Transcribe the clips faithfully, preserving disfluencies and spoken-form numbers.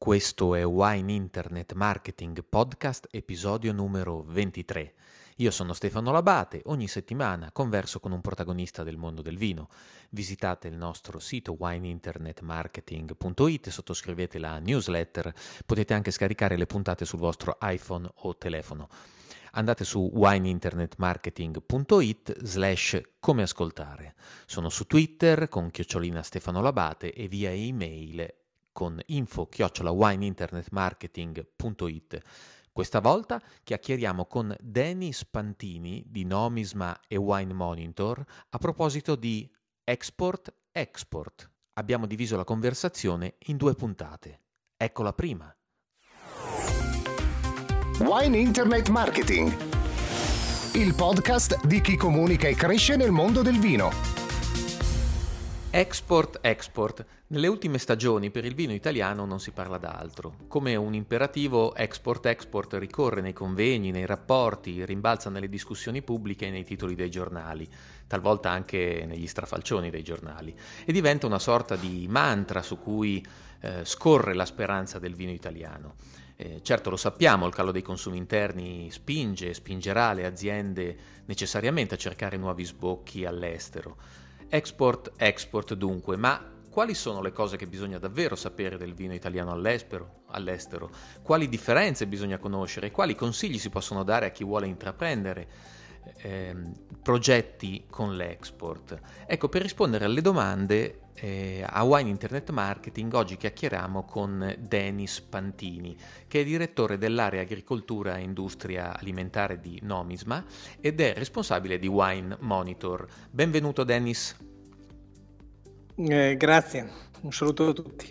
Questo è Wine Internet Marketing Podcast, episodio numero ventitré. Io sono Stefano Labate, ogni settimana converso con un protagonista del mondo del vino. Visitate il nostro sito wine internet marketing punto it, sottoscrivete la newsletter, potete anche scaricare le puntate sul vostro iPhone o telefono. Andate su wine internet marketing punto it slash come ascoltare. Sono su Twitter con chiocciolina Stefano Labate e via email con info chiocciola wine internet marketing punto it. Questa volta chiacchieriamo con Denis Pantini di Nomisma e Wine Monitor a proposito di Export-Export. Abbiamo diviso la conversazione in due puntate. Ecco la prima. Wine Internet Marketing, il podcast di chi comunica e cresce nel mondo del vino. Export-export. Nelle ultime stagioni per il vino italiano non si parla d'altro. Come un imperativo, export-export ricorre nei convegni, nei rapporti, rimbalza nelle discussioni pubbliche e nei titoli dei giornali, talvolta anche negli strafalcioni dei giornali, e diventa una sorta di mantra su cui eh, scorre la speranza del vino italiano. Eh, certo, lo sappiamo, il calo dei consumi interni spinge e spingerà le aziende necessariamente a cercare nuovi sbocchi all'estero. Export, export dunque, ma quali sono le cose che bisogna davvero sapere del vino italiano all'estero? all'estero? Quali differenze bisogna conoscere? Quali consigli si possono dare a chi vuole intraprendere eh, progetti con l'export? Ecco, per rispondere alle domande eh, a Wine Internet Marketing oggi chiacchieriamo con Denis Pantini, che è direttore dell'area agricoltura e industria alimentare di Nomisma ed è responsabile di Wine Monitor. Benvenuto Denis. Eh, grazie, un saluto a tutti.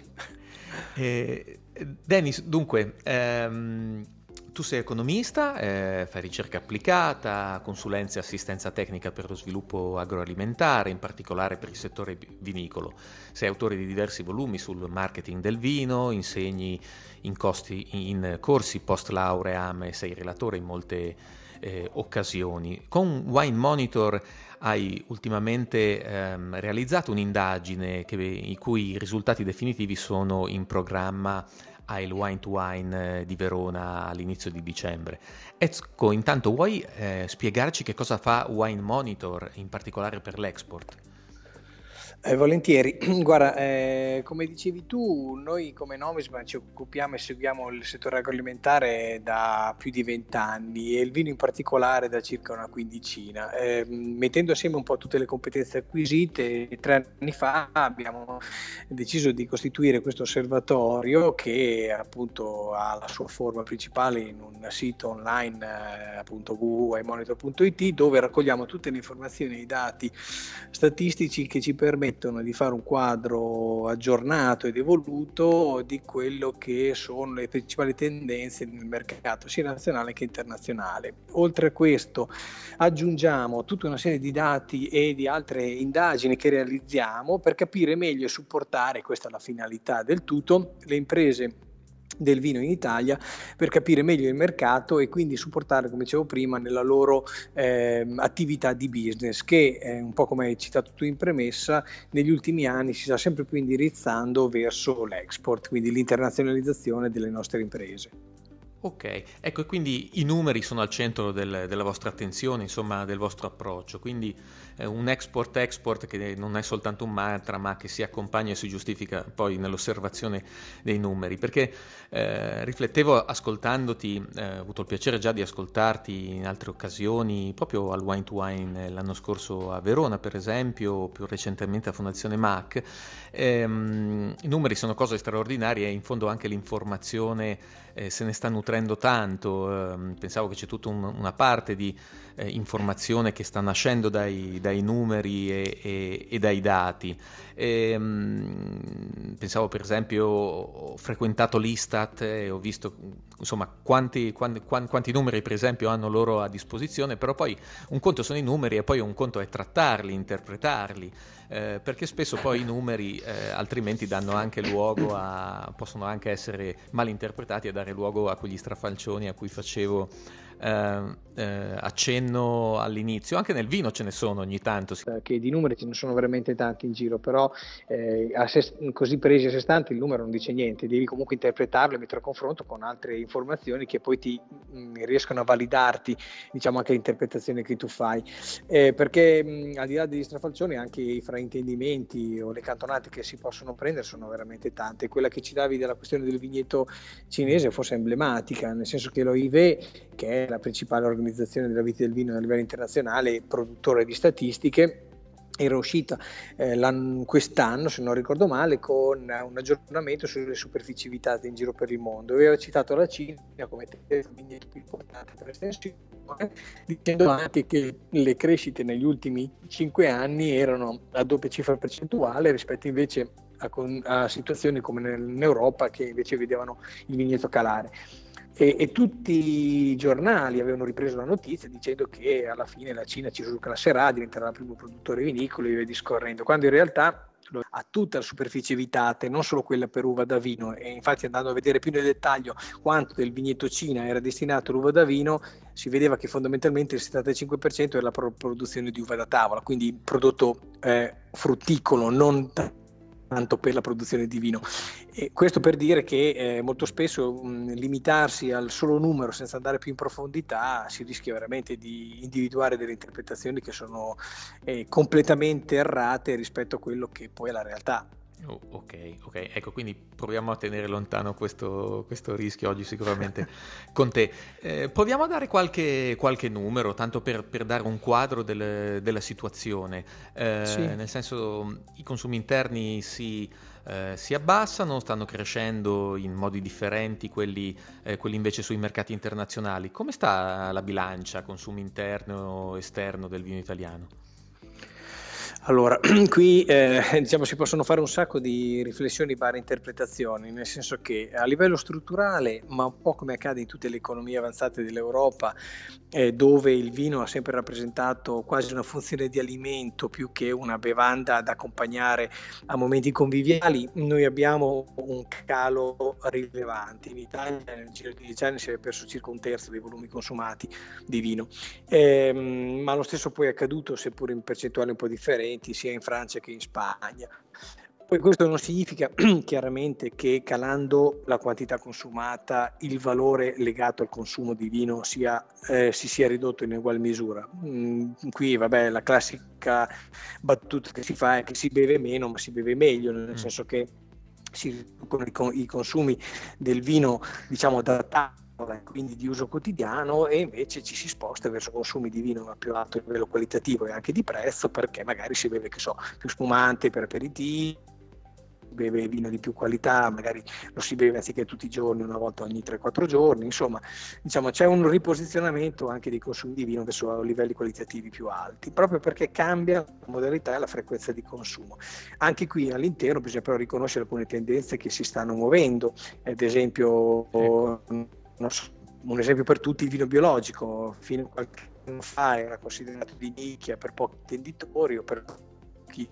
Eh, Denis, dunque, ehm, tu sei economista, eh, fai ricerca applicata, consulenza e assistenza tecnica per lo sviluppo agroalimentare, in particolare per il settore vinicolo. Sei autore di diversi volumi sul marketing del vino, insegni in, costi, in corsi post laurea e sei relatore in molte eh, occasioni. Con Wine Monitor hai ultimamente ehm, realizzato un'indagine che, i cui risultati definitivi sono in programma al Wine to Wine di Verona all'inizio di dicembre. Ecco, intanto vuoi eh, spiegarci che cosa fa Wine Monitor, in particolare per l'export? Eh, volentieri, guarda, eh, come dicevi tu, noi come Nomisma ci occupiamo e seguiamo il settore agroalimentare da più di vent'anni e il vino in particolare da circa una quindicina. Eh, mettendo assieme un po' tutte le competenze acquisite, tre anni fa abbiamo deciso di costituire questo osservatorio che appunto ha la sua forma principale in un sito online, eh, appunto w w w punto wine monitor punto it, dove raccogliamo tutte le informazioni e i dati statistici che ci permettono di fare un quadro aggiornato ed evoluto di quello che sono le principali tendenze nel mercato sia nazionale che internazionale. Oltre a questo aggiungiamo tutta una serie di dati e di altre indagini che realizziamo per capire meglio e supportare, questa è la finalità del tutto, le imprese del vino in Italia per capire meglio il mercato e quindi supportare, come dicevo prima, nella loro eh, attività di business che, eh, un po' come hai citato tu in premessa, negli ultimi anni si sta sempre più indirizzando verso l'export, quindi l'internazionalizzazione delle nostre imprese. Ok, ecco, e quindi i numeri sono al centro del, della vostra attenzione, insomma, del vostro approccio, quindi eh, un export-export che non è soltanto un mantra, ma che si accompagna e si giustifica poi nell'osservazione dei numeri, perché eh, riflettevo ascoltandoti, eh, ho avuto il piacere già di ascoltarti in altre occasioni, proprio al Wine to Wine l'anno scorso a Verona, per esempio, più recentemente a Fondazione M A C. Ehm, i numeri sono cose straordinarie e in fondo anche l'informazione Eh, se ne sta nutrendo tanto. Eh, pensavo che c'è tutta un, una parte di eh, informazione che sta nascendo dai, dai numeri e, e, e dai dati. E, mh, pensavo per esempio, ho frequentato l'Istat e ho visto insomma quanti, quanti, quanti numeri per esempio hanno loro a disposizione, però poi un conto sono i numeri e poi un conto è trattarli, interpretarli. Eh, perché spesso poi i numeri eh, altrimenti danno anche luogo a, possono anche essere mal interpretati e dare luogo a quegli strafalcioni a cui facevo eh, eh, accenno all'inizio. Anche nel vino ce ne sono ogni tanto. Che di numeri ce ne sono veramente tanti in giro, però eh, a se, così presi a sé stanti il numero non dice niente, devi comunque interpretarlo e mettere a confronto con altre informazioni che poi ti mh, riescono a validarti, diciamo, anche l'interpretazione che tu fai, eh, perché mh, al di là degli strafalcioni anche i fraintendimenti o le cantonate che si possono prendere sono veramente tante. Quella che ci davi della questione del vigneto cinese forse è emblematica, nel senso che l'O I V E, che è la principale organizzazione della vita del vino a livello internazionale, produttore di statistiche, era uscita eh, quest'anno, se non ricordo male, con un aggiornamento sulle superfici vitate in giro per il mondo. Aveva citato la Cina come terzo vigneto più importante per estensione, dicendo anche che le crescite negli ultimi cinque anni erano a doppia cifra percentuale rispetto invece a, a situazioni come in Europa, che invece vedevano il vigneto calare. E, e tutti i giornali avevano ripreso la notizia dicendo che alla fine la Cina ci classerà, diventerà il primo produttore vinicolo e via discorrendo, quando in realtà ha tutta la superficie vitate, non solo quella per uva da vino. E infatti, andando a vedere più nel dettaglio quanto del vigneto Cina era destinato all'uva da vino, si vedeva che fondamentalmente il settantacinque per cento era la produzione di uva da tavola, quindi prodotto eh, frutticolo, non tanto per la produzione di vino. E questo per dire che eh, molto spesso mh, limitarsi al solo numero senza andare più in profondità si rischia veramente di individuare delle interpretazioni che sono eh, completamente errate rispetto a quello che poi è la realtà. Oh, ok, ok, ecco, quindi proviamo a tenere lontano questo, questo rischio oggi sicuramente con te. Eh, proviamo a dare qualche, qualche numero, tanto per, per dare un quadro del, della situazione. Eh, sì. Nel senso, i consumi interni si, eh, si abbassano, stanno crescendo in modi differenti quelli, eh, quelli invece sui mercati internazionali. Come sta la bilancia consumo interno esterno del vino italiano? Allora, qui eh, diciamo si possono fare un sacco di riflessioni, varie interpretazioni, nel senso che a livello strutturale, ma un po' come accade in tutte le economie avanzate dell'Europa, eh, dove il vino ha sempre rappresentato quasi una funzione di alimento più che una bevanda da accompagnare a momenti conviviali, noi abbiamo un calo rilevante. In Italia nel giro di dieci anni si è perso circa un terzo dei volumi consumati di vino, eh, ma lo stesso poi è accaduto, seppur in percentuali un po' differenti, sia in Francia che in Spagna. Poi questo non significa chiaramente che calando la quantità consumata il valore legato al consumo di vino sia, eh, si sia ridotto in ugual misura. Mm, qui vabbè, la classica battuta che si fa è che si beve meno ma si beve meglio, nel mm. senso che si riducono i consumi del vino, diciamo, da quindi di uso quotidiano, e invece ci si sposta verso consumi di vino a più alto livello qualitativo e anche di prezzo, perché magari si beve, che so, più spumante per aperitivi, beve vino di più qualità, magari lo si beve anziché tutti i giorni, una volta ogni tre quattro giorni. Insomma, diciamo, c'è un riposizionamento anche dei consumi di vino verso livelli qualitativi più alti, proprio perché cambia la modalità e la frequenza di consumo. Anche qui all'interno bisogna però riconoscere alcune tendenze che si stanno muovendo, ad esempio, ecco. Non so, un esempio per tutti: il vino biologico fino a qualche anno fa era considerato di nicchia per pochi intenditori o per pochi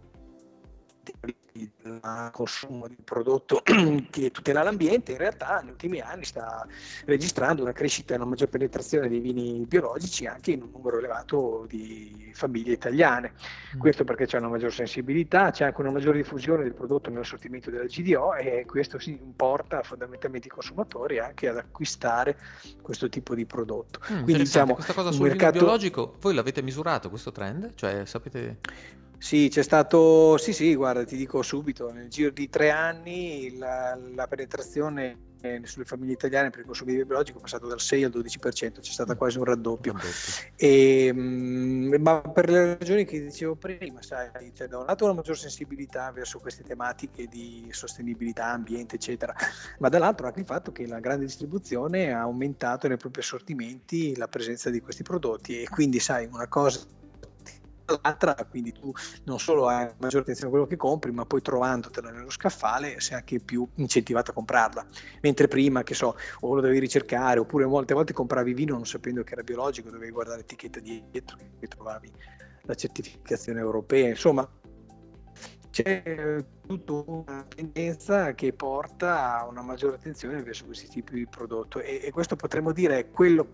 il consumo di prodotto che tutela l'ambiente. In realtà negli ultimi anni sta registrando una crescita e una maggior penetrazione dei vini biologici anche in un numero elevato di famiglie italiane. Mm. Questo perché c'è una maggior sensibilità, c'è anche una maggiore diffusione del prodotto nell'assortimento della G D O, e questo si porta fondamentalmente i consumatori anche ad acquistare questo tipo di prodotto. Mm, Quindi diciamo, questa cosa sul mercato... vino biologico, voi l'avete misurato questo trend? Cioè sapete... Sì, c'è stato, sì sì, guarda, ti dico subito, nel giro di tre anni la, la penetrazione sulle famiglie italiane per il consumo di vino biologico è passato dal sei al dodici per cento, c'è stata quasi un raddoppio. raddoppio. E, ma per le ragioni che dicevo prima, sai, cioè, da un lato una maggior sensibilità verso queste tematiche di sostenibilità, ambiente, eccetera, ma dall'altro anche il fatto che la grande distribuzione ha aumentato nei propri assortimenti la presenza di questi prodotti, e quindi sai, una cosa l'altra, quindi tu non solo hai maggiore attenzione a quello che compri, ma poi trovandotela nello scaffale sei anche più incentivato a comprarla, mentre prima, che so, o lo devi ricercare, oppure molte volte compravi vino non sapendo che era biologico, dovevi guardare l'etichetta dietro e trovavi la certificazione europea. Insomma, c'è tutta una tendenza che porta a una maggiore attenzione verso questi tipi di prodotto, e, e questo potremmo dire è quello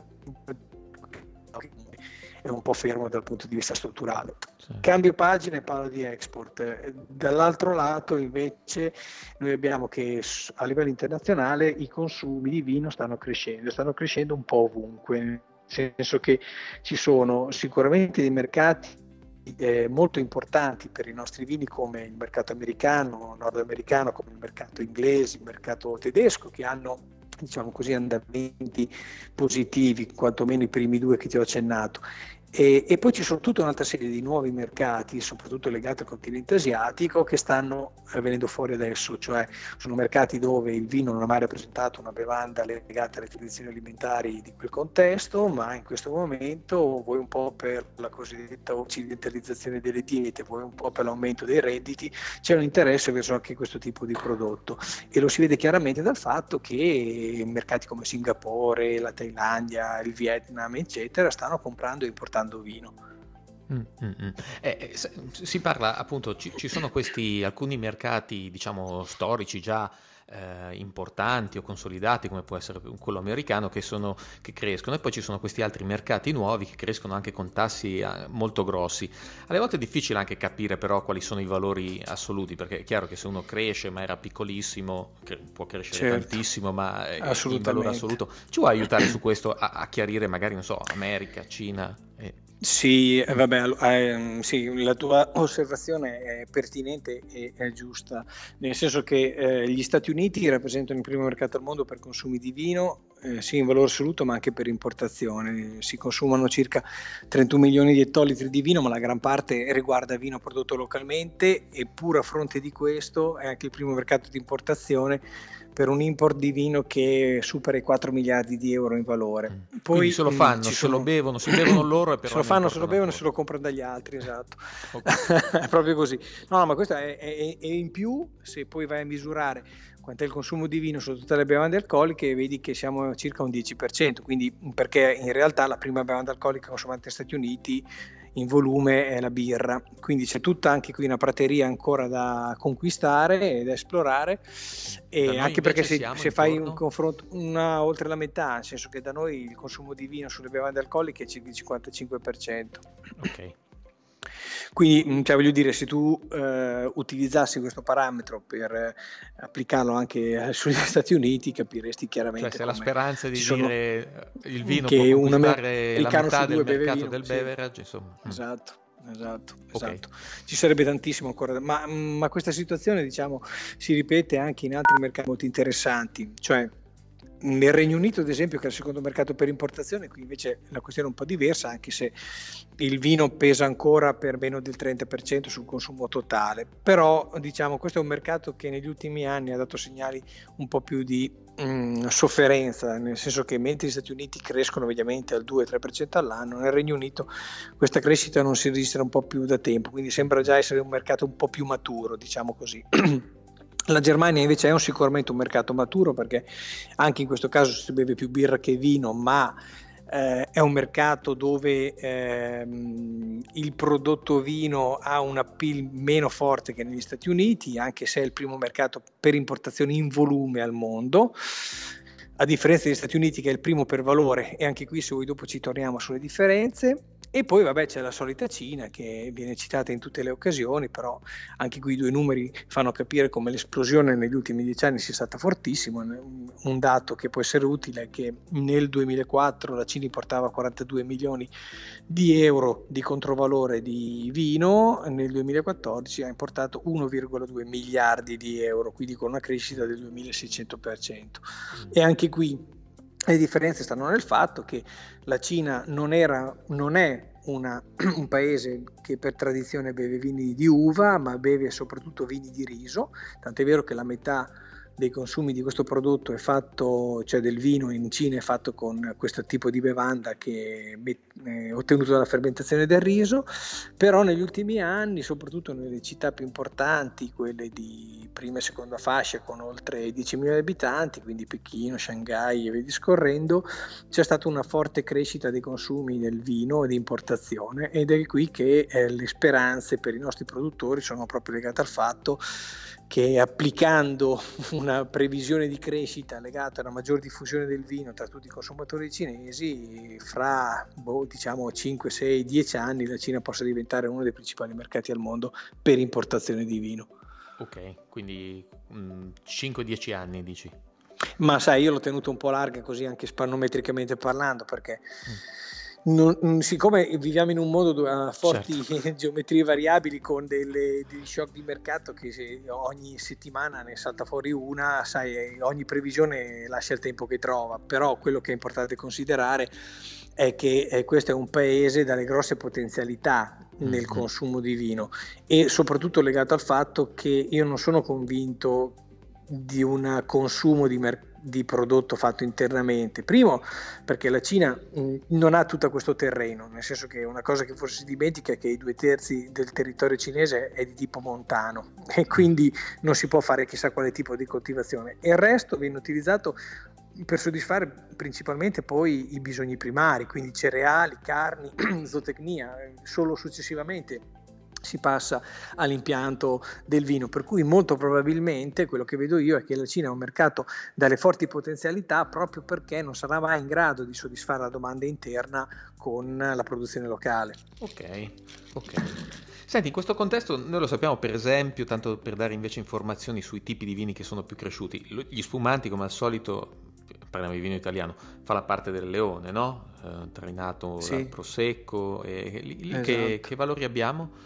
che è un po' fermo dal punto di vista strutturale. Sì. Cambio pagina e parlo di export. Dall'altro lato invece noi abbiamo che a livello internazionale i consumi di vino stanno crescendo, stanno crescendo un po' ovunque, nel senso che ci sono sicuramente dei mercati eh, molto importanti per i nostri vini, come il mercato americano, nordamericano, come il mercato inglese, il mercato tedesco, che hanno, diciamo così, andamenti positivi, quantomeno i primi due che ti ho accennato. E, e poi ci sono tutta un'altra serie di nuovi mercati, soprattutto legati al continente asiatico, che stanno venendo fuori adesso, cioè sono mercati dove il vino non ha mai rappresentato una bevanda legata alle tradizioni alimentari di quel contesto, ma in questo momento, vuoi un po' per la cosiddetta occidentalizzazione delle diete, vuoi un po' per l'aumento dei redditi, c'è un interesse verso anche questo tipo di prodotto, e lo si vede chiaramente dal fatto che mercati come Singapore, la Thailandia, il Vietnam, eccetera, stanno comprando e importando vino. Mm, mm, mm. Eh, si parla appunto, ci, ci sono questi alcuni mercati, diciamo, storici già eh, importanti o consolidati, come può essere quello americano, che sono che crescono, e poi ci sono questi altri mercati nuovi che crescono anche con tassi eh, molto grossi. Alle volte è difficile anche capire però quali sono i valori assoluti, perché è chiaro che se uno cresce ma era piccolissimo, che può crescere certo. tantissimo, ma eh, in valore assoluto. Ci vuoi aiutare su questo a, a chiarire, magari, non so, America, Cina? Eh. Sì, vabbè, eh, sì, la tua osservazione è pertinente e è giusta, nel senso che eh, gli Stati Uniti rappresentano il primo mercato al mondo per consumi di vino, eh, sia in valore assoluto ma anche per importazione. Si consumano circa trentuno milioni di ettolitri di vino, ma la gran parte riguarda vino prodotto localmente, e pur a fronte di questo è anche il primo mercato di importazione per un import di vino che supera i quattro miliardi di euro in valore. Poi, quindi se lo fanno, se sono... lo bevono, si bevono loro e però se lo fanno, se lo bevono e se lo comprano dagli altri, esatto. Okay. È proprio così. No, no, ma questo è, è, è in più, se poi vai a misurare quanto è il consumo di vino su tutte le bevande alcoliche, vedi che siamo a circa un dieci per cento, quindi, perché in realtà la prima bevanda alcolica consumata negli Stati Uniti in volume è la birra, quindi c'è tutta anche qui una prateria ancora da conquistare e da esplorare, e anche perché se, se fai un confronto una oltre la metà, nel senso che da noi il consumo di vino sulle bevande alcoliche è circa il cinquantacinque per cento. Ok. Quindi, cioè, voglio dire, se tu eh, utilizzassi questo parametro per eh, applicarlo anche sugli Stati Uniti, capiresti chiaramente. Cioè, se la speranza di sono, dire il vino che può conquistare una, la metà del mercato vino, del sì. beverage, insomma. Esatto. Esatto, okay. esatto. Ci sarebbe tantissimo ancora, ma, ma questa situazione, diciamo, si ripete anche in altri mercati molto interessanti, cioè nel Regno Unito, ad esempio, che è il secondo mercato per importazione, qui invece la questione è un po' diversa, anche se il vino pesa ancora per meno del trenta per cento sul consumo totale, però, diciamo, questo è un mercato che negli ultimi anni ha dato segnali un po' più di mh, sofferenza, nel senso che mentre gli Stati Uniti crescono ovviamente al due tre per cento all'anno, nel Regno Unito questa crescita non si registra un po' più da tempo, quindi sembra già essere un mercato un po' più maturo, diciamo così. La Germania invece è un, sicuramente un mercato maturo, perché anche in questo caso si beve più birra che vino, ma eh, è un mercato dove ehm, il prodotto vino ha un appeal meno forte che negli Stati Uniti, anche se è il primo mercato per importazione in volume al mondo, a differenza degli Stati Uniti che è il primo per valore, e anche qui, se vuoi, dopo ci torniamo sulle differenze. E poi vabbè, c'è la solita Cina, che viene citata in tutte le occasioni, però anche qui i due numeri fanno capire come l'esplosione negli ultimi dieci anni sia stata fortissima. Un dato che può essere utile è che nel duemilaquattro la Cina importava quarantadue milioni di euro di controvalore di vino, nel duemilaquattordici ha importato uno virgola due miliardi di euro, quindi con una crescita del duemilaseicento per cento. E anche qui le differenze stanno nel fatto che la Cina non, era, non è una, un paese che per tradizione beve vini di uva, ma beve soprattutto vini di riso, tant'è vero che la metà dei consumi di questo prodotto è fatto, cioè del vino in Cina è fatto con questo tipo di bevanda che è ottenuto dalla fermentazione del riso, però negli ultimi anni, soprattutto nelle città più importanti, quelle di prima e seconda fascia con oltre dieci milioni di abitanti, quindi Pechino, Shanghai e via discorrendo, c'è stata una forte crescita dei consumi del vino e di importazione, ed è qui che eh, le speranze per i nostri produttori sono proprio legate al fatto che, applicando una previsione di crescita legata alla maggior diffusione del vino tra tutti i consumatori cinesi, fra boh, diciamo cinque, sei, dieci anni la Cina possa diventare uno dei principali mercati al mondo per importazione di vino. Ok, quindi mh, cinque dieci anni dici? Ma sai, io l'ho tenuto un po' larga così anche spannometricamente parlando, perché mm. non, siccome viviamo in un mondo dove ha forti certo. geometrie variabili, con delle, degli shock di mercato che se ogni settimana ne salta fuori una, sai, ogni previsione lascia il tempo che trova, però quello che è importante considerare è che eh, questo è un paese dalle grosse potenzialità nel mm-hmm. consumo di vino, e soprattutto legato al fatto che io non sono convinto di un consumo di, mer- di prodotto fatto internamente. Primo, perché la Cina mh, non ha tutto questo terreno, nel senso che una cosa che forse si dimentica è che i due terzi del territorio cinese è di tipo montano e quindi non si può fare chissà quale tipo di coltivazione, e il resto viene utilizzato per soddisfare principalmente poi i bisogni primari, quindi cereali, carni, zootecnia. Solo successivamente si passa all'impianto del vino, per cui molto probabilmente quello che vedo io è che la Cina è un mercato dalle forti potenzialità, proprio perché non sarà mai in grado di soddisfare la domanda interna con la produzione locale. Ok, ok. Senti, in questo contesto noi lo sappiamo, per esempio, tanto per dare invece informazioni sui tipi di vini che sono più cresciuti, gli spumanti, come al solito, parliamo di vino italiano, fa la parte del leone, no? Eh, trinato sì. dal prosecco, e lì, lì esatto. che, che valori abbiamo?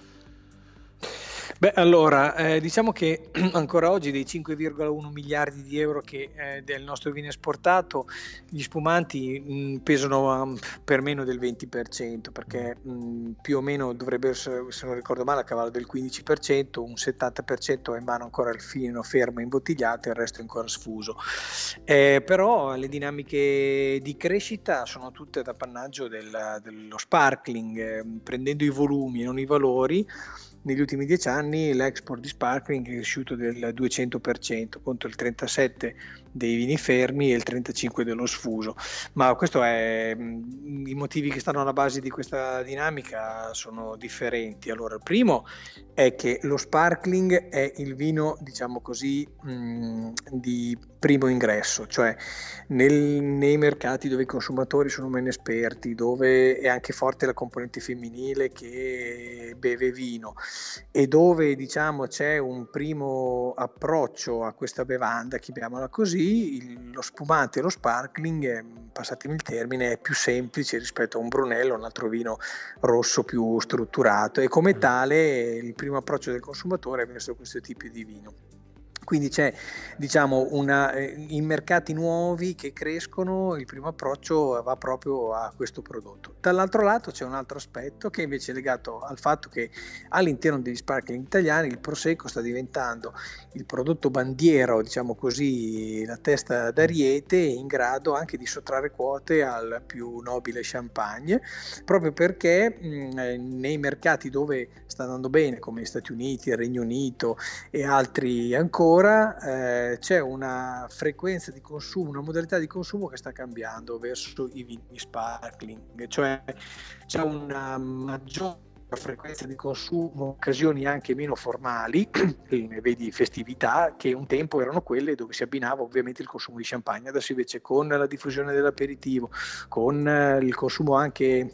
Beh, allora, eh, diciamo che ancora oggi dei cinque virgola uno miliardi di euro che eh, del nostro vino esportato, gli spumanti mh, pesano um, per meno del venti per cento, perché mh, più o meno dovrebbero, se non ricordo male, a cavallo del quindici per cento, un settanta per cento è in mano ancora il fino fermo imbottigliato e il resto è ancora sfuso. Eh, però le dinamiche di crescita sono tutte d'appannaggio del, dello sparkling, eh, prendendo i volumi e non i valori. Negli ultimi dieci anni l'export di sparkling è cresciuto del duecento per cento contro il trentasette per cento dei vini fermi e il trentacinque per cento dello sfuso. Ma questo è, i motivi che stanno alla base di questa dinamica sono differenti. Allora, il primo è che lo sparkling è il vino, diciamo così, mh, di primo ingresso, cioè nel, nei mercati dove i consumatori sono meno esperti, dove è anche forte la componente femminile che beve vino, e dove diciamo c'è un primo approccio a questa bevanda, chiamiamola così, il, lo spumante e lo sparkling, è, passatemi il termine, è più semplice rispetto a un Brunello o un altro vino rosso più strutturato, e come tale il primo approccio del consumatore è verso questo tipo di vino. Quindi c'è, diciamo, una, eh, in mercati nuovi che crescono, il primo approccio va proprio a questo prodotto. Dall'altro lato c'è un altro aspetto che invece è legato al fatto che all'interno degli sparkling italiani il Prosecco sta diventando il prodotto bandiera, diciamo così, la testa d'ariete, in grado anche di sottrarre quote al più nobile champagne, proprio perché mh, nei mercati dove sta andando bene, come gli Stati Uniti, il Regno Unito e altri ancora, Ora eh, c'è una frequenza di consumo, una modalità di consumo che sta cambiando verso i vini sparkling, cioè c'è una maggiore frequenza di consumo, occasioni anche meno formali, vedi festività, che un tempo erano quelle dove si abbinava ovviamente il consumo di champagne. Adesso invece con la diffusione dell'aperitivo, con eh, il consumo anche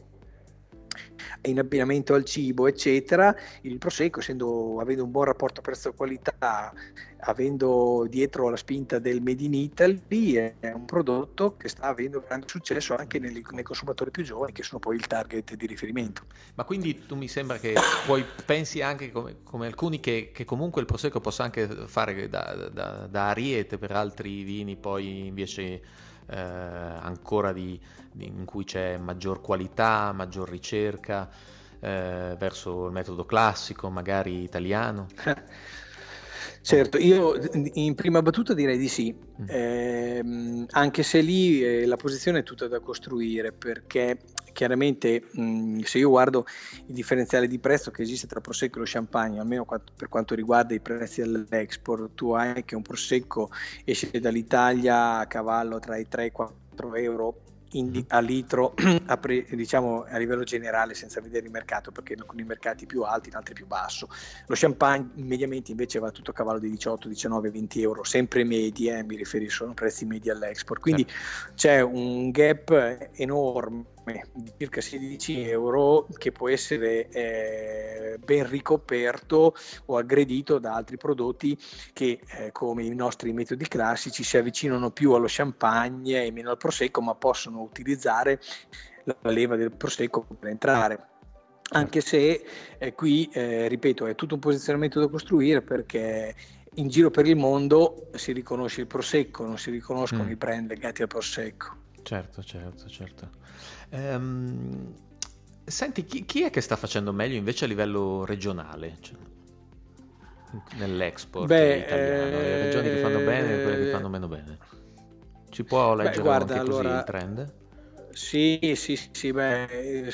in abbinamento al cibo eccetera, il prosecco, essendo avendo un buon rapporto prezzo-qualità, avendo dietro la spinta del Made in Italy, è un prodotto che sta avendo grande successo anche nei, nei consumatori più giovani, che sono poi il target di riferimento. Ma quindi tu mi sembra che poi pensi anche come, come alcuni che, che comunque il prosecco possa anche fare da, da, da ariete per altri vini poi invece eh, ancora di, di, in cui c'è maggior qualità, maggior ricerca eh, verso il metodo classico, magari italiano? Certo, io in prima battuta direi di sì, eh, anche se lì eh, la posizione è tutta da costruire, perché chiaramente mh, se io guardo il differenziale di prezzo che esiste tra Prosecco e lo Champagne, almeno quanto, per quanto riguarda i prezzi all'export, tu hai che un Prosecco esce dall'Italia a cavallo tra i tre e i quattro euro In, a litro a, pre, diciamo a livello generale, senza vedere il mercato, perché in alcuni mercati più alti, in altri più basso. Lo champagne mediamente invece va tutto a cavallo di diciotto, diciannove, venti euro, sempre medi, eh, mi riferisco, sono prezzi medi all'export, quindi certo. C'è un gap enorme di circa sedici euro che può essere eh, ben ricoperto o aggredito da altri prodotti che eh, come i nostri metodi classici si avvicinano più allo champagne e meno al prosecco, ma possono utilizzare la leva del prosecco per entrare. Anche se eh, qui, eh, ripeto, è tutto un posizionamento da costruire, perché in giro per il mondo si riconosce il prosecco, non si riconoscono mm. i brand legati al prosecco. Certo, certo, certo. Ehm, senti, chi, chi è che sta facendo meglio invece a livello regionale? Cioè, nell'export Beh, italiano, le regioni che fanno bene e quelle che fanno meno bene. Ci può leggere beh, guarda, anche allora, così il trend? Sì, sì, sì, beh,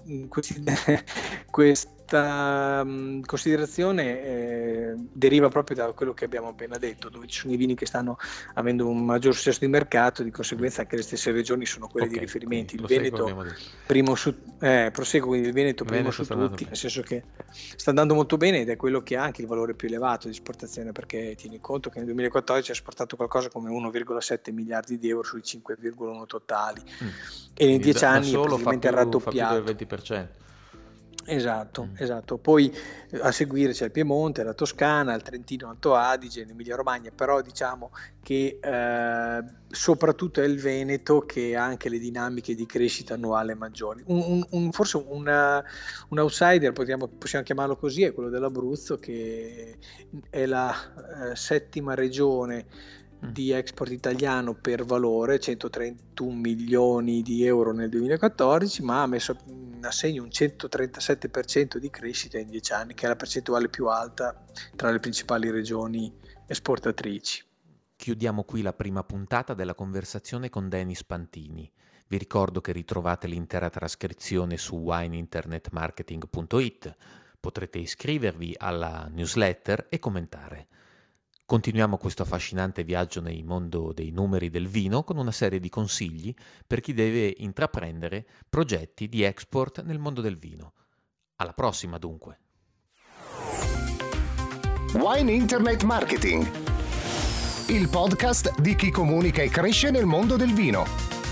questa um, considerazione eh, deriva proprio da quello che abbiamo appena detto, dove ci sono i vini che stanno avendo un maggior successo di mercato, di conseguenza anche le stesse regioni sono quelle okay, di riferimento. Il Veneto primo su, eh, proseguo, quindi il Veneto primo Veneto su tutti, nel senso che sta andando molto bene ed è quello che ha anche il valore più elevato di esportazione, perché tieni conto che nel duemilaquattordici ha esportato qualcosa come uno virgola sette miliardi di euro sui cinque virgola uno totali. Mm. E in dieci anni è praticamente raddoppiato. Fa più del venti per cento. Esatto, mm. esatto. Poi a seguire c'è il Piemonte, la Toscana, il Trentino Alto Adige, l'Emilia Romagna, però diciamo che eh, soprattutto è il Veneto che ha anche le dinamiche di crescita annuale maggiori. Un, un, un, forse una, un outsider, possiamo, possiamo chiamarlo così, è quello dell'Abruzzo, che è la eh, settima regione di export italiano per valore, centotrentuno milioni di euro nel duemilaquattordici, ma ha messo a segno un centotrentasette per cento di crescita in dieci anni, che è la percentuale più alta tra le principali regioni esportatrici. Chiudiamo qui la prima puntata della conversazione con Denis Pantini. Vi ricordo che ritrovate l'intera trascrizione su wine internet marketing punto it, potrete iscrivervi alla newsletter e commentare. Continuiamo questo affascinante viaggio nel mondo dei numeri del vino con una serie di consigli per chi deve intraprendere progetti di export nel mondo del vino. Alla prossima dunque. Wine Internet Marketing, il podcast di chi comunica e cresce nel mondo del vino.